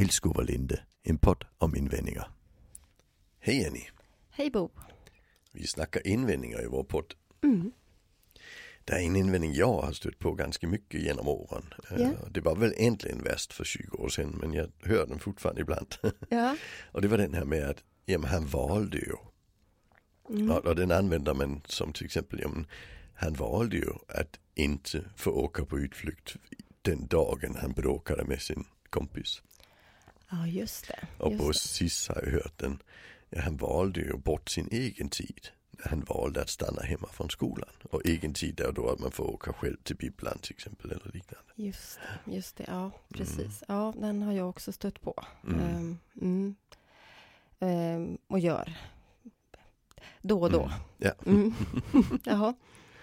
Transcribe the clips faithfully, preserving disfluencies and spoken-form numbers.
Vilsko var Linde, en podd om invändningar. Hej Annie. Hej Bo. Vi snackar invändningar i vår podd. Mm. Det är en invändning jag har stött på ganska mycket genom åren. Ja. Det var väl egentligen värst för tjugo år sedan, men jag hör den fortfarande ibland. Ja. Och det var den här med att jamen, han valde ju. Mm. Och, och den använder man som till exempel, jamen, han valde ju att inte få åka på utflykt den dagen han bråkade med sin kompis. Ja, just det. Och Just på det. sist har jag hört den. Ja, han valde ju bort sin egen tid. Han valde att stanna hemma från skolan. Och egen tid är då att man får åka själv till bibblan till exempel eller liknande. Just det, just det. Ja, precis. Mm. Ja, den har jag också stött på. Mm. Um, mm. Um, och gör. Då och då. Mm. Ja. Mm. Jaha.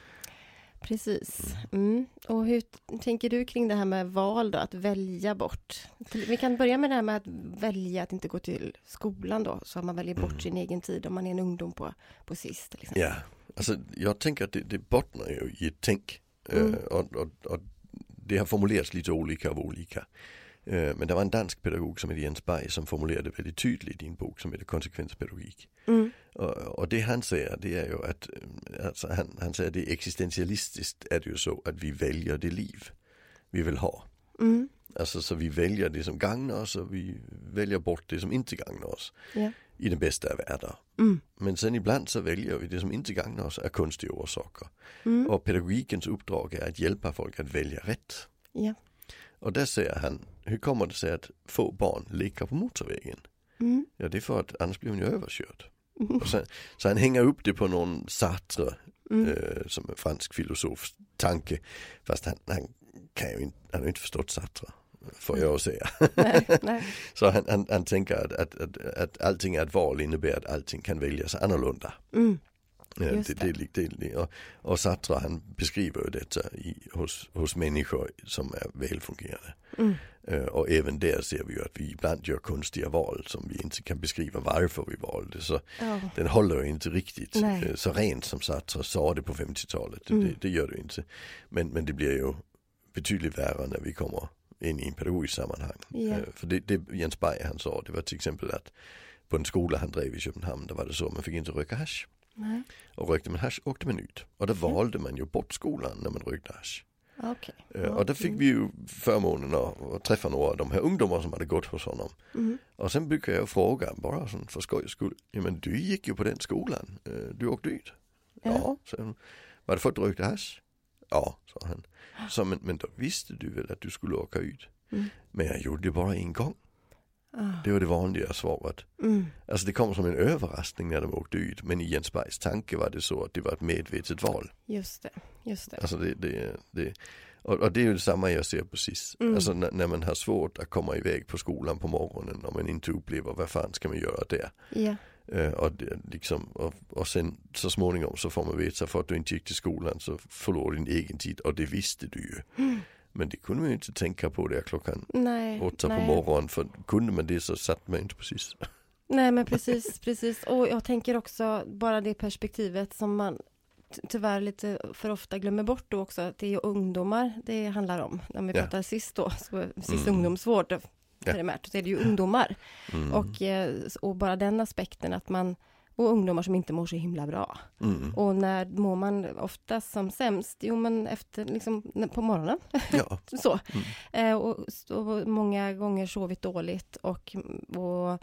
Precis. Mm. Och hur tänker du kring det här med val då? Att välja bort. Vi kan börja med det här med att välja att inte gå till skolan då. Så att man väljer bort mm. sin egen tid om man är en ungdom på, på sist. Till exempel. Ja, alltså jag tänker att det, det bottnar ju i ett tänk. Mm. Uh, och, och, och det har formulerats lite olika av olika. Uh, men det var en dansk pedagog som heter Jens Bay som formulerade väldigt tydligt i en bok som heter Konsekvenspedagogik. Mm. Och, och det han säger, det är ju att alltså han, han säger att det existentialistiskt är det ju så att vi väljer det liv vi vill ha. Mm. Alltså så vi väljer det som gagnar oss och vi väljer bort det som inte gagnar oss. Yeah. I den bästa av världar. Mm. Men sen ibland så väljer vi det som inte gagnar oss är konstiga orsaker. Mm. Och pedagogikens uppdrag är att hjälpa folk att välja rätt. Yeah. Och där säger han, hur kommer det sig att få barn leker på motorvägen? Mm. Ja, det är för att annars blir man ju överkörd. Mm. Och sen, så han hänger upp det på någon Sartre mm. eh, som är fransk filosofs tanke. Fast han, han kan ju inte, han har inte förstått Sartre, får jag att säga. Nej, nej. Så han, han, han tänker att, att, att, att allting är ett val innebär att allting kan väljas annorlunda. Mm. Ja, det, det, det, det, det. Och, och Sartre han beskriver ju detta i, hos, hos människor som är välfungerande. Mm. Uh, och även där ser vi ju att vi ibland gör konstiga val som vi inte kan beskriva varför vi valde. Så oh. den håller ju inte riktigt uh, så rent som Sartre sa det på femtiotalet. Mm. Det, det gör det inte. Men, men det blir ju betydligt värre när vi kommer in i en pedagogisk sammanhang. Yeah. Uh, för det, det Jens Bay han sa, det var till exempel att på en skola han drev i Köpenhamn, där var det så att man fick inte röka hasch. Nej. Och rökte man hasch åkte man ut. Och då valde man ju bort skolan när man rökte hasch. Okay. Uh, och då fick vi ju förmånen att, att träffa några av de här ungdomar som hade gått hos honom. Mm. Och sen brukade jag fråga, bara sån för skojs skull, ja men du gick ju på den skolan, uh, du åkte ut. Ja. ja. Sen, var det för att du rökte hasch? Ja, sa han. Så, men, men då visste du väl att du skulle åka ut. Mm. Men jag gjorde det bara en gång. Oh. Det var det vanliga svaret. Mm. Alltså det kom som en överraskning när de åkte ut. Men i Jens Bays tanke var det så att det var ett medvetet val. Just det, just det. Alltså det, det, det och, och det är ju detsamma jag ser precis. Mm. Alltså när, när man har svårt att komma iväg på skolan på morgonen och man inte upplever vad fan ska man göra där. Yeah. Uh, och, det, liksom, och, och sen så småningom så får man veta för att du inte gick till skolan så förlorar din egen tid och det visste du ju. Mm. Men det kunde man ju inte tänka på det klockan nej, åtta nej. på morgonen. För kunde man det så satt man inte precis. Nej men precis, precis. Och jag tänker också bara det perspektivet som man ty- tyvärr lite för ofta glömmer bort då också. Att det är ju ungdomar det handlar om. När vi ja. pratar sist då, så, sist mm. ungdomsvård primärt, ja. så är det ju ungdomar. Mm. Och, och bara den aspekten att man och ungdomar som inte mår så himla bra. Mm. Och när mår man oftast som sämst? Jo, men efter, liksom, på morgonen. Ja. så. Mm. Eh, och, och många gånger sovit dåligt. Och, och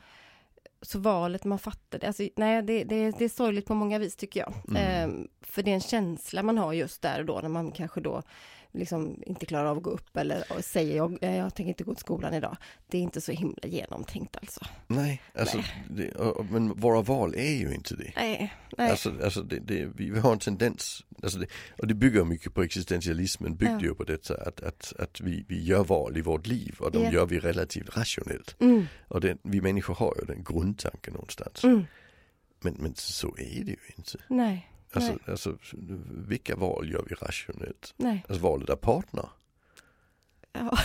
så valet man fattade. Alltså, nej, det, det, det är sorgligt på många vis tycker jag. Mm. Eh, för det är en känsla man har just där och då. När man kanske då liksom inte klarar av att gå upp eller säger jag, jag tänker inte gå till skolan idag. Det är inte så himla genomtänkt alltså. Nej, alltså nej. Det, men våra val är ju inte det. Nej, nej. Alltså, alltså det, det, vi har en tendens, alltså det, och det bygger mycket på existentialismen, byggde ja. ju på detta att, att, att vi, vi gör val i vårt liv och de yeah. gör vi relativt rationellt. Mm. Och det, vi människor har ju den grundtanken någonstans. Mm. Men, men så är det ju inte. Nej. Alltså, alltså, vilka val gör vi rationellt? Nej. Alltså valet av partner? Ja.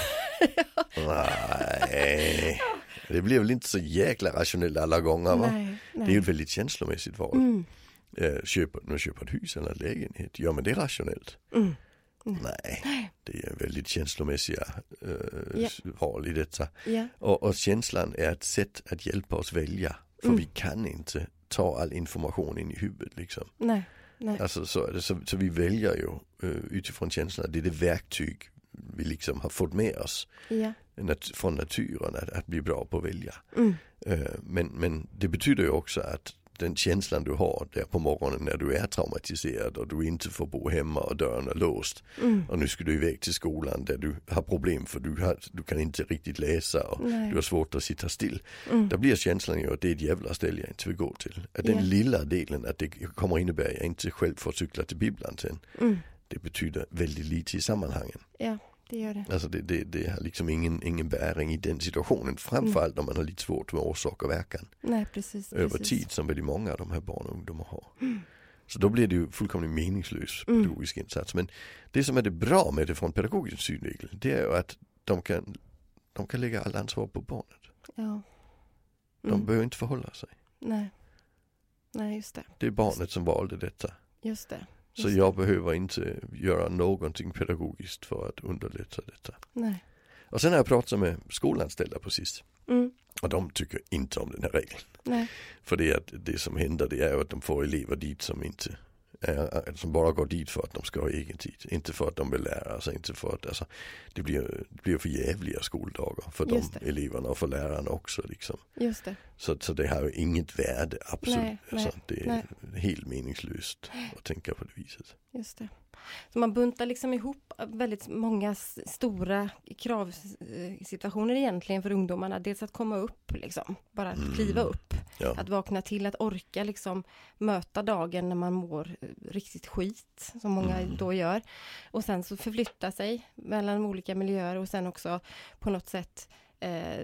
Nej, det blir väl inte så jäkla rationellt alla gånger va? Nej, nej. Det är ju ett väldigt känslomässigt val. Mm. Köper, nu köper ett hus eller en lägenhet, gör man det rationellt? Mm. Nej, det är väldigt känslomässiga äh, ja. val i detta. Ja. Och, och känslan är ett sätt att hjälpa oss välja. För mm. vi kan inte ta all information in i huvudet liksom. Nej, nej. Alltså, så, är det, så, så vi väljer ju uh, utifrån känslan. Det är det verktyg vi liksom har fått med oss ja. nat- från naturen att, att bli bra på att välja. Mm. Uh, men, men det betyder ju också att den känslan du har där på morgonen när du är traumatiserad och du inte får bo hemma och dörren är låst. Mm. Och nu ska du iväg till skolan där du har problem för du, har, du kan inte riktigt läsa och Nej. Du har svårt att sitta still. Mm. Där blir känslan ju att det är ett jävla ställe jag inte vill gå till. Att den yeah. lilla delen att det kommer innebära att jag inte själv får cykla till bibblan sen. Mm. Det betyder väldigt lite i sammanhangen. Ja. Det gör det. Alltså det, det, det har liksom ingen, ingen bäring i den situationen. Framförallt mm. om man har lite svårt med orsak och verkan. Nej, precis. Över precis. tid som väldigt många av de här barn och ungdomar har. Mm. Så då blir det ju fullkomligt meningslös pedagogisk mm. insats. Men det som är det bra med det från pedagogisk synvinkel, det är ju att de kan, de kan lägga all ansvar på barnet. Ja. Mm. De behöver inte förhålla sig. Nej. Nej, just det. Det är barnet som valde detta. Just det. Så jag behöver inte göra någonting pedagogiskt för att underlätta detta. Nej. Och sen har jag pratat med skolanställda precis. Mm. Och de tycker inte om den här regeln. Nej. För det, att det som händer det är att de får elever dit som inte är, som bara går dit för att de ska ha egen tid. Inte för att de vill lära sig, inte för att alltså, det blir, det blir för jävliga skoldagar för de eleverna och för lärarna också. Liksom. Just det. Så, så det har ju inget värde, absolut. Nej, alltså, nej, det är nej. helt meningslöst att tänka på det viset. Just det. Så man buntar liksom ihop väldigt många stora kravsituationer egentligen för ungdomarna. Dels att komma upp, liksom, bara att mm. kliva upp. Ja. Att vakna till, att orka liksom möta dagen när man mår riktigt skit, som många mm. då gör. Och sen så förflytta sig mellan olika miljöer och sen också på något sätt eh,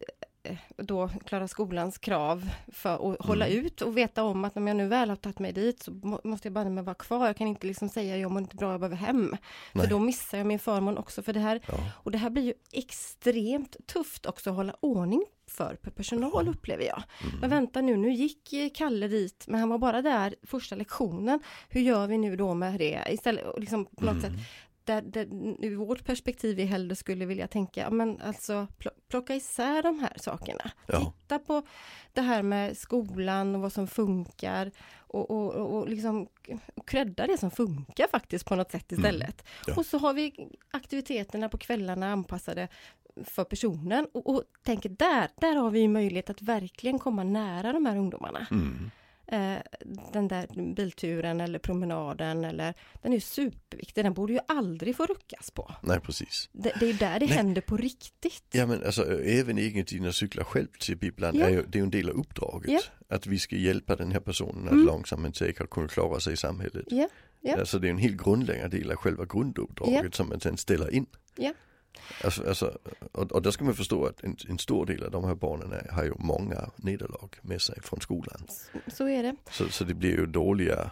då klara skolans krav för att mm. hålla ut och veta om att om jag nu väl har tagit mig dit så må, måste jag bara med vara kvar. Jag kan inte liksom säga jag mår inte bra, jag behöver hem. Nej. För då missar jag min förmån också för det här. Ja. Och det här blir ju extremt tufft också att hålla ordning för personal, ja. Upplever jag. Mm. Men vänta nu, nu gick Kalle dit men han var bara där första lektionen. Hur gör vi nu då med det? Istället liksom på något mm. sätt Där, där, ur vårt perspektiv vi hellre skulle vilja tänka, ja, men alltså plocka isär de här sakerna. Ja. Titta på det här med skolan och vad som funkar och, och, och, och liksom credda det som funkar faktiskt på något sätt istället. Mm. Ja. Och så har vi aktiviteterna på kvällarna anpassade för personen och, och tänker där, där har vi ju möjlighet att verkligen komma nära de här ungdomarna. Mm. Den där bilturen eller promenaden eller, den är ju superviktig, den borde ju aldrig få ruckas på. Nej, precis. Det, det är ju där det Nej. händer på riktigt. Ja, men alltså även egentligen att cykla själv till bibblan ja. är ju, det är ju en del av uppdraget. Ja. Att vi ska hjälpa den här personen att mm. långsamt men säkert kunna klara sig i samhället. Ja. Ja. Alltså det är en helt grundläggande del av själva grunduppdraget ja. som man sen ställer in. Ja. Alltså, alltså, och, och där ska man förstå att en, en stor del av de här barnen är, har ju många nederlag med sig från skolan. Så, så är det. Så, så det blir ju dåliga,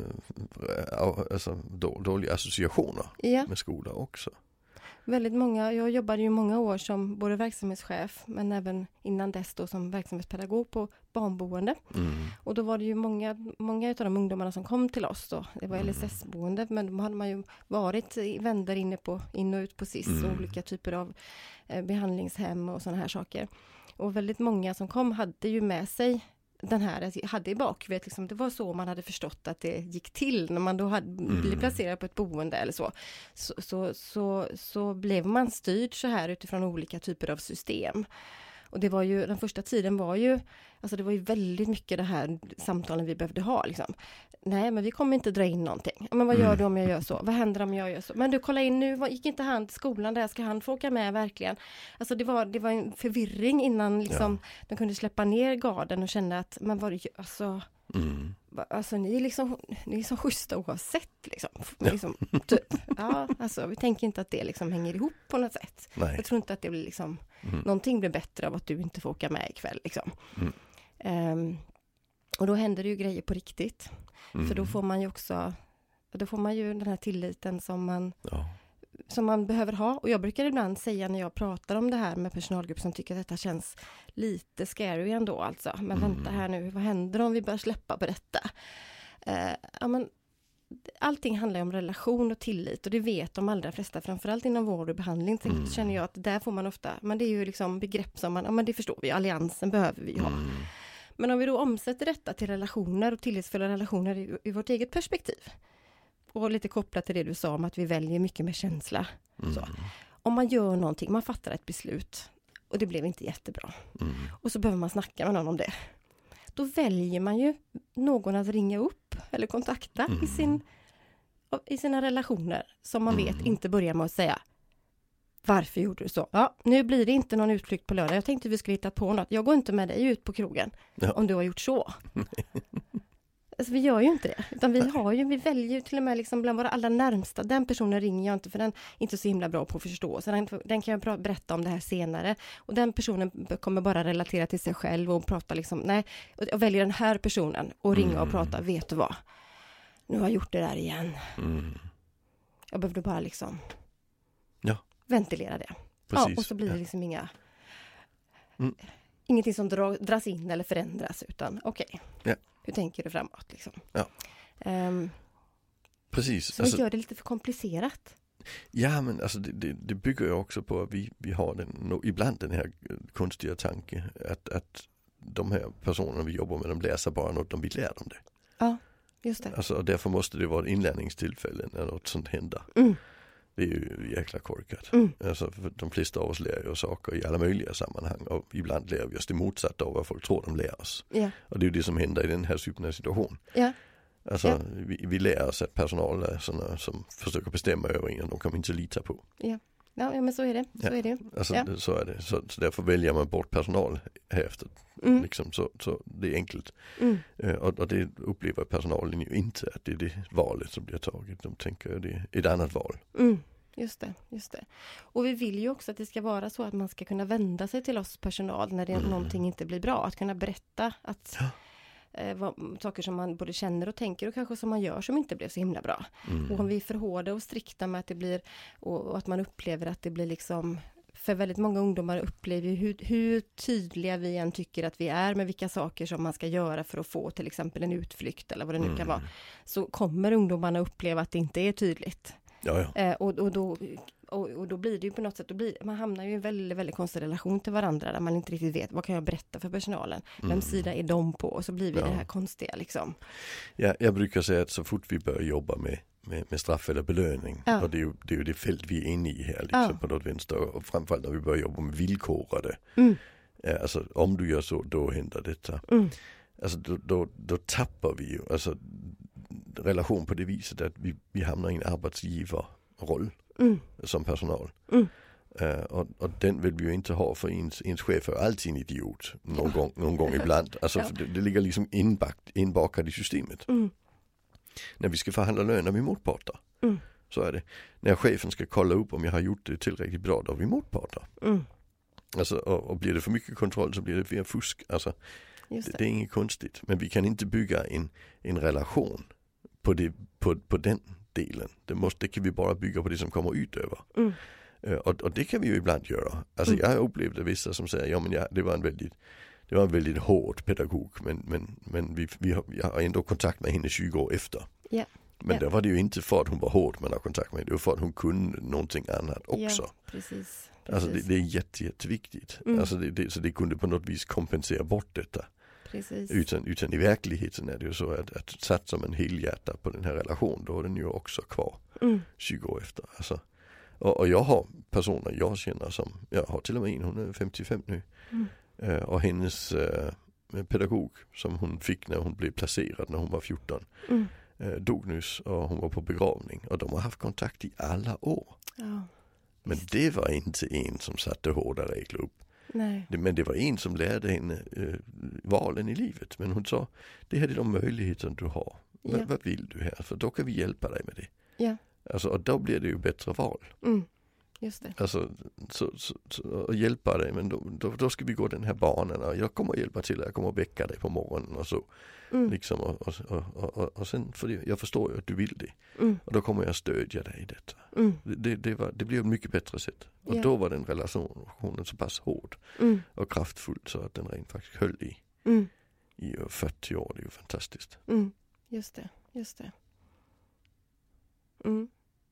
äh, alltså, då, dåliga associationer ja. med skolan också. Väldigt många, jag jobbade ju många år som både verksamhetschef men även innan dess då som verksamhetspedagog på barnboende. Mm. Och då var det ju många, många av de ungdomarna som kom till oss då. Det var L S S-boende men då hade man ju varit vänder inne på, in och ut på S I S mm. och olika typer av eh, behandlingshem och sådana här saker. Och väldigt många som kom hade ju med sig den här, hade i bakhuvudet, liksom, det var så man hade förstått att det gick till när man då hade mm. blivit placerad på ett boende eller så. Så, så, så, så blev man styrd så här utifrån olika typer av system. Och det var ju, den första tiden var ju, alltså det var ju väldigt mycket det här samtalen vi behövde ha liksom. Nej, men vi kommer inte dra in någonting. Men vad gör mm. du om jag gör så? Vad händer om jag gör så? Men du, kolla in nu, gick inte han till skolan där? Ska han få åka med verkligen? Alltså det var, det var en förvirring innan liksom, ja. de kunde släppa ner garden och känna att, men vad det alltså... Mm. Alltså ni är liksom, ni är så schyssta oavsett liksom. Ja. liksom typ. Ja, alltså vi tänker inte att det liksom hänger ihop på något sätt. Nej. Jag tror inte att det blir liksom mm. någonting blir bättre av att du inte får åka med ikväll liksom. Mm. Um, och då händer det ju grejer på riktigt. Mm. För då får man ju också då får man ju den här tilliten som man ja. som man behöver ha. Och jag brukar ibland säga när jag pratar om det här med personalgrupp som tycker att detta känns lite scary ändå alltså. Men mm. vänta här nu, vad händer om vi börjar släppa på detta? Eh, ja, men allting handlar om relation och tillit och det vet de allra flesta, framförallt inom vård och behandling mm. känner jag att där får man ofta, men det är ju liksom begrepp som man, ja men det förstår vi, alliansen behöver vi ha. Mm. Men om vi då omsätter detta till relationer och tillitsfulla relationer i, i vårt eget perspektiv och lite kopplat till det du sa om att vi väljer mycket med känsla. Mm. Så. Om man gör någonting, man fattar ett beslut och det blev inte jättebra mm. och så behöver man snacka med någon om det. Då väljer man ju någon att ringa upp eller kontakta mm. i, sin, i sina relationer som man mm. vet inte börjar med att säga varför gjorde du så? Ja, nu blir det inte någon utflykt på lördag. Jag tänkte vi skulle hitta på något. Jag går inte med dig ut på krogen ja. om du har gjort så. Alltså, vi gör ju inte det. Utan vi, har ju, vi väljer ju till och med liksom bland våra allra närmsta. Den personen ringer jag inte för den är inte så himla bra på att förstå. Så den, den kan jag berätta om det här senare. Och den personen kommer bara relatera till sig själv och prata liksom. Nej, jag väljer den här personen och ringa mm. och prata. Vet du vad? Nu har jag gjort det där igen. Mm. Jag behövde bara liksom ja. ventilera det. Precis. Ja, och så blir det liksom ja. inga... Mm. Ingenting som dra, dras in eller förändras utan okej. Okay. Ja. Hur tänker du framåt liksom? Ja. Um, Precis. Så alltså, vi gör det lite för komplicerat. Ja, men alltså det, det, det bygger ju också på att vi, vi har den, no, ibland den här konstiga tanken att, att de här personerna vi jobbar med, de läser bara något de vill lära dem det. Ja, just det. Alltså därför måste det vara ett inlärningstillfälle när något sånt händer. Mm. Det är ju jäkla korkat. Mm. Alltså, för de flesta av oss lär ju saker i alla möjliga sammanhang och ibland lär vi oss det motsatta av vad folk tror de lär oss. Ja. Och det är ju det som händer i den här typen av situation. Ja. Alltså ja. vi, vi lär oss att personal är sådana som försöker bestämma över en, de kan vi inte lita på. Ja. Ja, men så är det. Så ja. är det. Alltså ja. så är det. Så, så därför väljer man bort personal härefter. Mm. Liksom, så, så det är enkelt. Mm. Uh, och, och det upplever personalen ju inte att det är det valet som blir taget. De tänker att det är ett annat val. Mm. Just det, just det. Och vi vill ju också att det ska vara så att man ska kunna vända sig till oss personal när det mm. någonting inte blir bra. Att kunna berätta att ja. eh, vad, saker som man både känner och tänker och kanske som man gör som inte blev så himla bra. Mm. Och om vi är för hårda och strikta med att det blir och, och att man upplever att det blir liksom, för väldigt många ungdomar upplever ju hur, hur tydliga vi än tycker att vi är med vilka saker som man ska göra för att få till exempel en utflykt eller vad det nu mm. kan vara. Så kommer ungdomarna uppleva att det inte är tydligt. Ja, ja. Eh, och, och, då, och, och då blir det ju på något sätt, då blir, man hamnar ju i en väldigt, väldigt konstig relation till varandra där man inte riktigt vet, vad kan jag berätta för personalen? Mm. Vem sida är de på? Och så blir vi ja. det här konstiga liksom. Ja, jag brukar säga att så fort vi börjar jobba med, med, med straff eller belöning, ja. och det är, ju, det är ju det fält vi är inne i här liksom, ja. på något vänster, och framförallt när vi börjar jobba med villkorade. Mm. Ja, alltså om du gör så, då händer detta. Mm. Alltså då, då, då tappar vi ju alltså relation på det viset att vi, vi hamnar i en arbetsgivarroll mm. som personal. Mm. Uh, och, och den vill vi ju inte ha för ens, ens chef är alltid en idiot någon, ja. gång, någon gång ibland. Alltså ja. det, det ligger liksom inbakt, inbakat i systemet. Mm. När vi ska förhandla löner med motparter. Mm. Så är det. När chefen ska kolla upp om jag har gjort det tillräckligt bra, då har vi motparter. Mm. Alltså, och, och blir det för mycket kontroll så blir det mer fusk. Alltså, Just det. Det, det är inget konstigt. Men vi kan inte bygga en, en relation på, det, på, på den delen. Det, måste, det kan vi bara bygga på det som kommer ut över. Mm. Uh, och, och det kan vi ju ibland göra. Alltså mm. jag upplevde vissa som säger, ja men ja, det var en väldigt det var en väldigt hård pedagog. Men, men, men vi, vi har, jag har ändå kontakt med henne tjugo år efter. Yeah. Men yeah. där var det ju inte för att hon var hård man har kontakt med. Det var för att hon kunde någonting annat också. Yeah, precis. Alltså det, det är jätte, jätteviktigt. Mm. Alltså det, det, så det kunde på något vis kompensera bort detta. Precis. Utan, utan i verkligheten är det ju så att, att satsa man helhjärta på den här relationen, då är den ju också kvar mm. tjugo år efter. Alltså, och, och jag har personer jag känner som, jag har till och med en, hon är femtiofem nu. Mm. Uh, och hennes uh, pedagog som hon fick när hon blev placerad när hon var fjorton mm. uh, dog nyss och hon var på begravning. Och de har haft kontakt i alla år. Ja. Men det var inte en som satte hårda regler upp. Nej. Det, men det var en som lärde henne eh, valen i livet. Men hon sa, det här är de möjligheter du har. Ja. V- vad vill du här? För då kan vi hjälpa dig med det. Ja. Alltså, och då blir det ju bättre val. Mm. Just det. Alltså, så, så, så att hjälpa dig. Men då, då, då ska vi gå den här banan. Och jag kommer att hjälpa till. Jag kommer att väcka dig på morgonen och så. Mm. Liksom, och, och, och, och, och sen, för jag förstår ju att du vill det. Mm. Och då kommer jag stödja dig i detta. Mm. Det, det, var, det blev ett mycket bättre sätt. Och ja. då var den relationen så pass hård mm. och kraftfull så att den rent faktiskt höll i, mm. i fyrtio år. Det är ju fantastiskt. Mm. Just det, just det. Mm.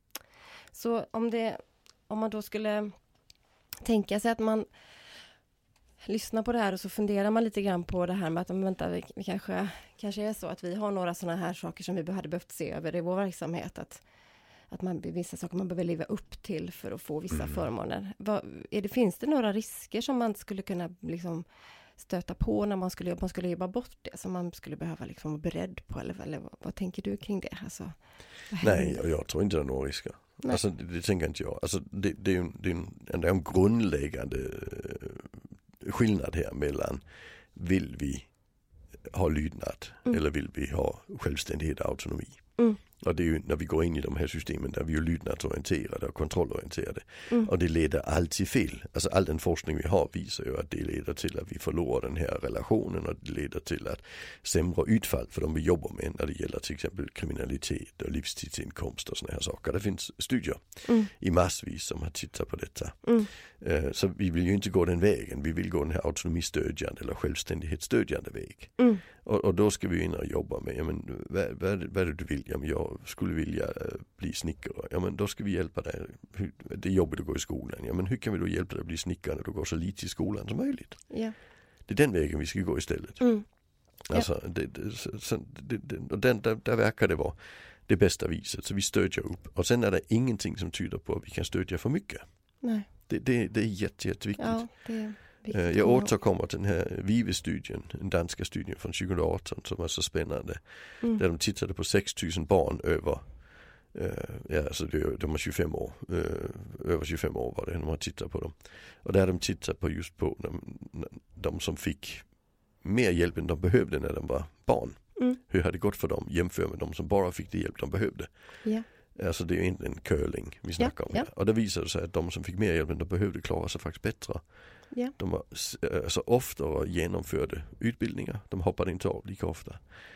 Så om, det, om man då skulle tänka sig att man lyssnar på det här och så funderar man lite grann på det här med att men vänta, vi, vi kanske, kanske är så att vi har några sådana här saker som vi hade behövt se över i vår verksamhet. Att, att man, vissa saker man behöver leva upp till för att få vissa mm. förmåner. Vad, är det, finns det några risker som man skulle kunna liksom stöta på när man skulle, man skulle jobba bort det, som man skulle behöva liksom vara beredd på? Eller, eller vad, vad tänker du kring det? Alltså, Nej, jag, jag tror inte det är några risker. Alltså, det, det tänker inte jag. Alltså, det, det är ju det är en, det är en grundläggande skillnad här mellan vill vi ha lydnad mm. eller vill vi ha självständighet och autonomi. Mm. Och det är ju när vi går in i de här systemen där vi är lydnadsorienterade och kontrollorienterade. Mm. Och det leder alltid fel. Alltså all den forskning vi har visar ju att det leder till att vi förlorar den här relationen och det leder till att sämre utfall för de vi jobbar med när det gäller till exempel kriminalitet och livstidsinkomst och såna här saker. Det finns studier mm. i massvis som har tittat på detta. Mm. Uh, så vi vill ju inte gå den vägen. Vi vill gå den här autonomistödjande eller självständighetsstödjande väg. Mm. Och, och då ska vi in och jobba med, ja, men, vad, vad, vad är det du vill? Ja, men jag skulle vilja uh, bli snickare. Ja, men då ska vi hjälpa dig. Hur, det är jobbigt att gå i skolan. Ja, men hur kan vi då hjälpa dig att bli snickare när du går så lite i skolan som möjligt? Yeah. Det är den vägen vi ska gå istället. Mm. Alltså, yeah. det, det, så, det, det, och den, där, där verkar det vara det bästa viset. Så vi stödjer upp. Och sen är det ingenting som tyder på att vi kan stödja för mycket. Nej. Det, det, det är jätte, jätteviktigt. Ja, det är viktigt. Jag återkommer till den här Vive-studien, den danska studien från tjugo arton som var så spännande. Mm. Där de tittade på sex tusen barn över, uh, ja alltså det, de var tjugofem år, uh, över tjugofem år var det de har tittat på dem. Och där har de tittat på just på de, de som fick mer hjälp än de behövde när de var barn. Mm. Hur hade det gått för dem jämfört med de som bara fick det hjälp de behövde. Yeah. Alltså det är ju inte en curling vi snackar ja, om. Ja. Och det visade sig att de som fick mer hjälp än de behövde klara sig faktiskt bättre. Ja. De var alltså oftare genomförde utbildningar. De hoppade inte av lika ofta.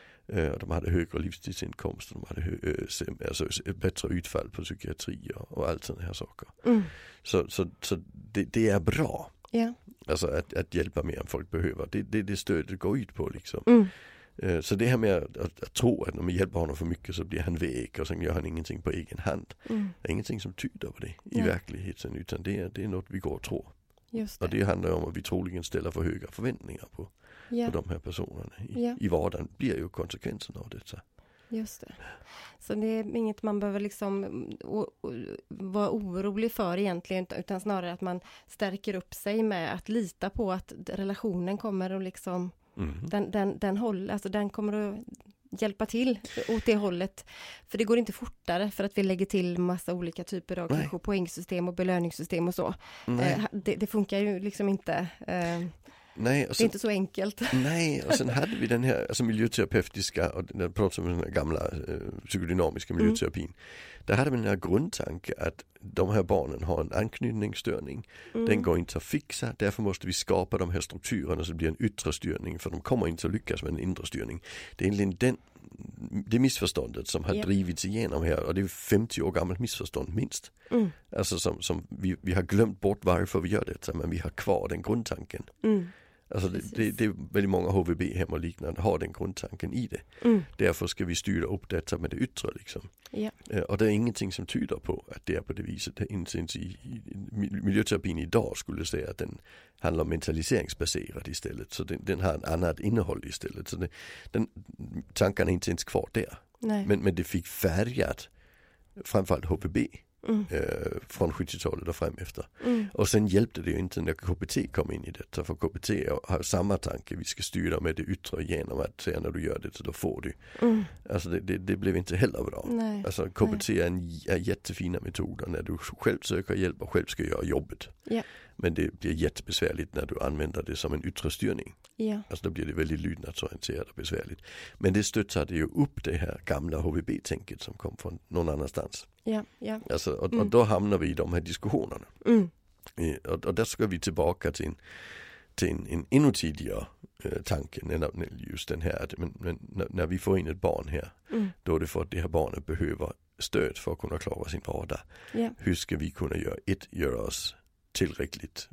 De hade högre livstidsinkomst. De hade hö- alltså ett bättre utfall på psykiatri och allt sådana här saker. Mm. Så, så, så det, det är bra. Ja. Alltså att, att hjälpa mer än folk behöver. Det är det, det stödet går ut på liksom. Mm. Så det här med att, att, att tro att när man hjälper honom för mycket så blir han väg och sen gör han ingenting på egen hand. Mm. Det är ingenting som tyder på det i ja. verkligheten, utan det är, det är något vi går och tror. Just det. Och det handlar om att vi troligen ställer för höga förväntningar på, ja. på de här personerna. I, ja. I vardagen blir ju konsekvenserna av detta. Just det. Så det är inget man behöver liksom o- o- vara orolig för egentligen, utan snarare att man stärker upp sig med att lita på att relationen kommer och liksom Mm. Den, den, den, håll, alltså den kommer att hjälpa till åt det hållet. För det går inte fortare för att vi lägger till massa olika typer av kanske poängsystem och belöningssystem och så. Eh, det, det funkar ju liksom inte. Eh, nej, och sen, det är inte så enkelt. Nej, och sen hade vi den här alltså miljöterapeutiska, och den pratar om den här gamla eh, psykodynamiska miljöterapin. Mm. Där hade vi den här grundtanke att de här barnen har en anknytningsstörning. Mm. Den går inte att fixa, därför måste vi skapa de här strukturerna så det blir en yttre styrning, för de kommer inte att lyckas med en inre styrning. Det är egentligen den, det missförståndet som har yep. drivits igenom här, och det är femtio år gammalt missförstånd minst. Mm. Alltså som, som vi, vi har glömt bort varför vi gör det, men vi har kvar den grundtanken. Mm. Alltså det, det, det är väldigt många H V B-hem och liknande har den grundtanken i det. Mm. Därför ska vi styra upp detta med det yttre liksom. Ja. Och det är ingenting som tyder på att det är på det viset. Inte ens i, i miljöterapin idag skulle säga att den handlar om mentaliseringsbaserad istället. Så den, den har en annat innehåll istället. Så det, den, tankarna är inte ens kvar där. Men, men det fick färgat framförallt H V B. Mm. Eh, från sjuttiotalet och fram efter. Mm. Och sen hjälpte det ju inte när K P T kom in i detta, för K P T har samma tanke, vi ska styra med det yttre genom att säga när du gör det så då får du. Mm. Alltså det, det, det blev inte heller bra. Nej. Alltså K P T Nej. är en är jättefina metoder när du själv söker hjälp och själv ska göra jobbet. Yeah. Men det blir jättebesvärligt när du använder det som en yttre styrning. Yeah. Alltså då blir det väldigt lydnadsorienterat och besvärligt. Men det stöttade ju upp det här gamla H V B-tänket som kom från någon annanstans. Ja, ja. Alltså, och, mm. och då hamnar vi i de här diskussionerna. Mm. Och, och där ska vi tillbaka till en, till en, en ännu tidigare eh, tanke, just den här, att, men, men, när, när vi får in ett barn här, mm. då är det för att det här barnet behöver stöd för att kunna klara sin vardag. Yeah. Hur ska vi kunna göra, ett, göra oss tillräckligt,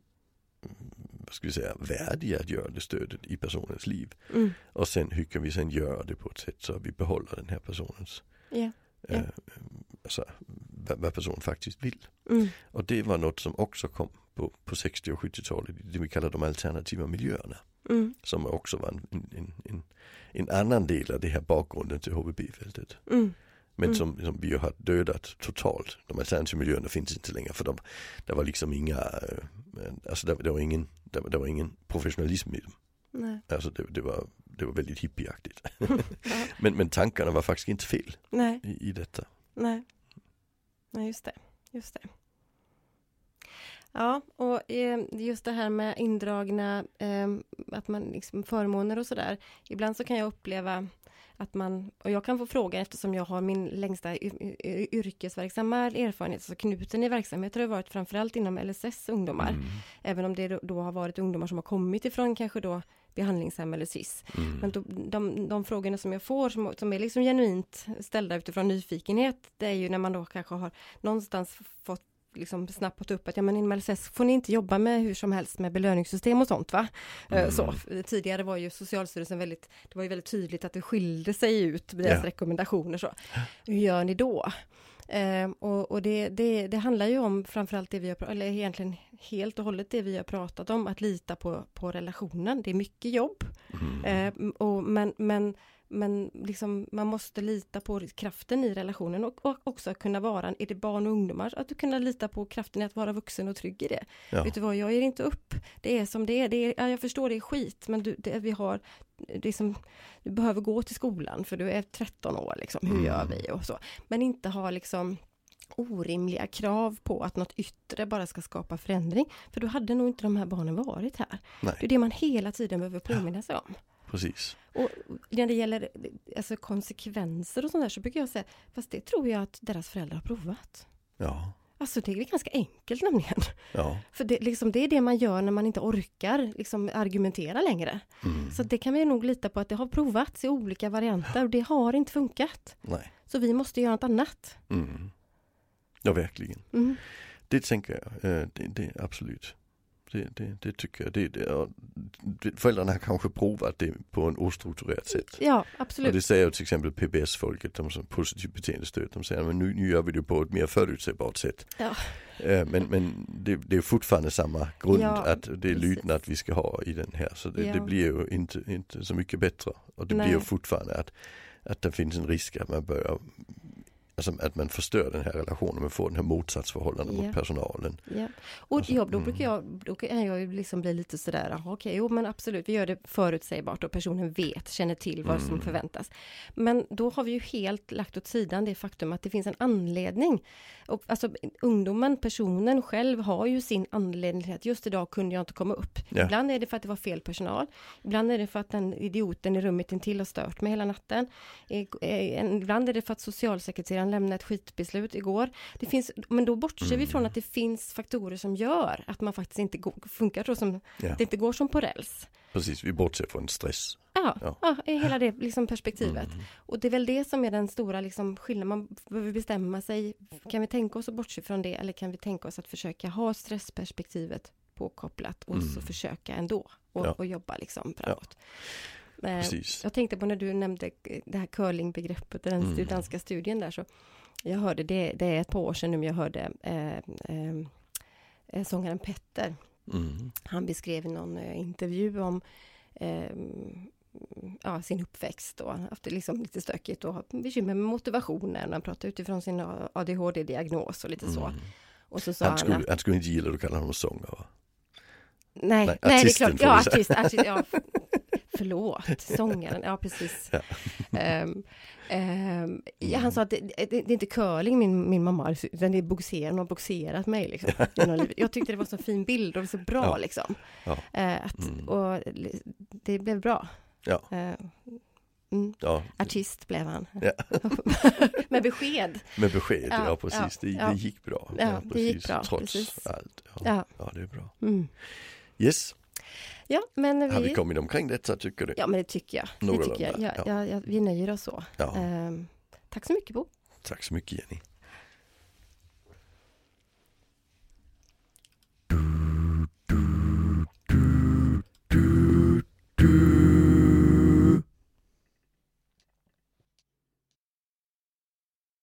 vad ska vi säga, värdiga att göra det stödet i personens liv. Mm. Och sen hur kan vi sen göra det på ett sätt så att vi behåller den här personens yeah. ja. eh, alltså, vad, vad personen faktiskt vill. Mm. Och det var något som också kom på, på sextio- och sjuttiotalet, det vi kallar de alternativa miljöerna. Mm. Som också var en, en, en, en annan del av det här bakgrunden till H V B-fältet. Mm. Men mm. som, som vi har dödat totalt. De alternativa miljöerna finns inte längre, för de, det var liksom inga, alltså det, det var ingen, det var, det var ingen professionalism i dem. Nej. Alltså det, det var det var väldigt hippieaktigt. Ja. men, men tankarna var faktiskt inte fel. Nej. I, i detta. Nej. Nej, just det. Just det. Ja, och just det här med indragna eh, att man liksom förmåner och sådär. Ibland så kan jag uppleva att man, och jag kan få frågan eftersom jag har min längsta yrkesverksamma erfarenhet, så knuten i verksamheter har varit framförallt inom L S S ungdomar. Mm. Även om det då, då har varit ungdomar som har kommit ifrån kanske då behandlingshem eller S I S. Mm. Men då, de, de frågorna som jag får som, som är liksom genuint ställda utifrån nyfikenhet, det är ju när man då kanske har någonstans fått liksom snappat upp att ja, men inom L S S får ni inte jobba med hur som helst med belöningssystem och sånt, va? Mm. Så, tidigare var ju Socialstyrelsen väldigt, det var ju väldigt tydligt att det skilde sig ut deras yeah. rekommendationer. Så. Hur gör ni då? Eh, och och det, det, det handlar ju om framförallt det vi har, eller egentligen helt och hållet det vi har pratat om, att lita på, på relationen. Det är mycket jobb. Mm. Eh, och, men, men Men liksom, man måste lita på kraften i relationen och, och också kunna vara, är det barn och ungdomar, att du kunna lita på kraften i att vara vuxen och trygg i det. Ja. Vet du vad, jag ger inte upp. Det är som det är. Det är ja, jag förstår, det är skit, men du, det, vi har, det är som, du behöver gå till skolan för du är tretton år. Liksom. Hur mm. gör vi? Och så. Men inte ha liksom orimliga krav på att något yttre bara ska skapa förändring. För då hade nog inte de här barnen varit här. Nej. Det är det man hela tiden behöver påminna sig om. Precis. Och när det gäller alltså, konsekvenser och sånt där, så brukar jag säga, fast det tror jag att deras föräldrar har provat. Ja. Alltså det är ganska enkelt nämligen. Ja. För det, liksom, det är det man gör när man inte orkar liksom, argumentera längre. Mm. Så det kan vi nog lita på att det har provats i olika varianter och det har inte funkat. Nej. Så vi måste göra något annat. Mm. Ja, verkligen. Mm. Det tänker jag. Det, det absolut. Det, det, det tycker jag. Det, det, det, föräldrarna har kanske provat det på en ostrukturerat sätt. Ja, absolut. Och det säger ju till exempel P B S-folket, de som positivt beteendestöd, de säger att nu, nu gör vi det på ett mer förutsägbart sätt. Ja. Men, men det, det är fortfarande samma grund, ja, att det är lyden att vi ska ha i den här. Så det, ja. det blir ju inte, inte så mycket bättre. Och det Nej. blir ju fortfarande att, att det finns en risk att man börjar, alltså att man förstör den här relationen, och får den här motsatsförhållanden yeah. mot personalen. Yeah. Och alltså, ja, då brukar jag, då kan jag ju liksom bli lite sådär, aha, okej, jo men absolut, vi gör det förutsägbart och personen vet, känner till vad mm. som förväntas. Men då har vi ju helt lagt åt sidan det faktum att det finns en anledning. Och, alltså ungdomen, personen själv har ju sin anledning till att just idag kunde jag inte komma upp. Yeah. Ibland är det för att det var fel personal. Ibland är det för att den idioten i rummet intill har stört mig hela natten. Ibland är det för att socialsekreteraren lämna ett skitbeslut igår. Det finns, men då bortser mm. vi från att det finns faktorer som gör att man faktiskt inte går, funkar så som, ja. det inte går som på räls. Precis, vi bortser från stress. Ja, ja. ja hela det liksom perspektivet. Mm. Och det är väl det som är den stora liksom, skillnaden. Man behöver bestämma sig. Kan vi tänka oss att bortse från det, eller kan vi tänka oss att försöka ha stressperspektivet påkopplat och mm. så försöka ändå och, ja. och jobba liksom framåt. Ja. Precis. Jag tänkte på när du nämnde det här curlingbegreppet, den mm. danska studien där, så jag hörde det, det är ett par år sedan nu, jag hörde eh, eh, sångaren Petter. Mm. Han beskrev i någon eh, intervju om eh, ja, sin uppväxt och haft liksom lite stökigt och bekymmer med motivationen. Han pratade utifrån sin A D H D-diagnos och lite mm. så. Och så sa han, skulle, han att, han skulle inte gilla att kalla honom sångare, va? Nej, nej, nej det är klart. Ja, artist, artist, ja. Förlåt, sångaren, ja precis. Ja. Um, um, ja, han sa att det, det, det är inte curling min, min mamma, utan det är boxeren, har boxerat mig. Liksom, jag tyckte det var så fin bild och så bra. Ja. Liksom. Ja. Uh, att, mm. Och det blev bra. Ja. Uh, mm. Ja. Artist blev han. Ja. Med besked. Med besked, ja, ja precis. Ja. Det, det gick bra. Ja, ja det gick bra. Trots precis. allt. Ja. Ja. Ja, det är bra. Mm. Yes. Ja, men vi... Har vi kommit omkring detta, tycker du? Ja, men det tycker jag. Det tycker jag. Ja, ja. Ja, ja, vi nöjer oss så. Ja. Um, tack så mycket, Bo. Tack så mycket, Jenny.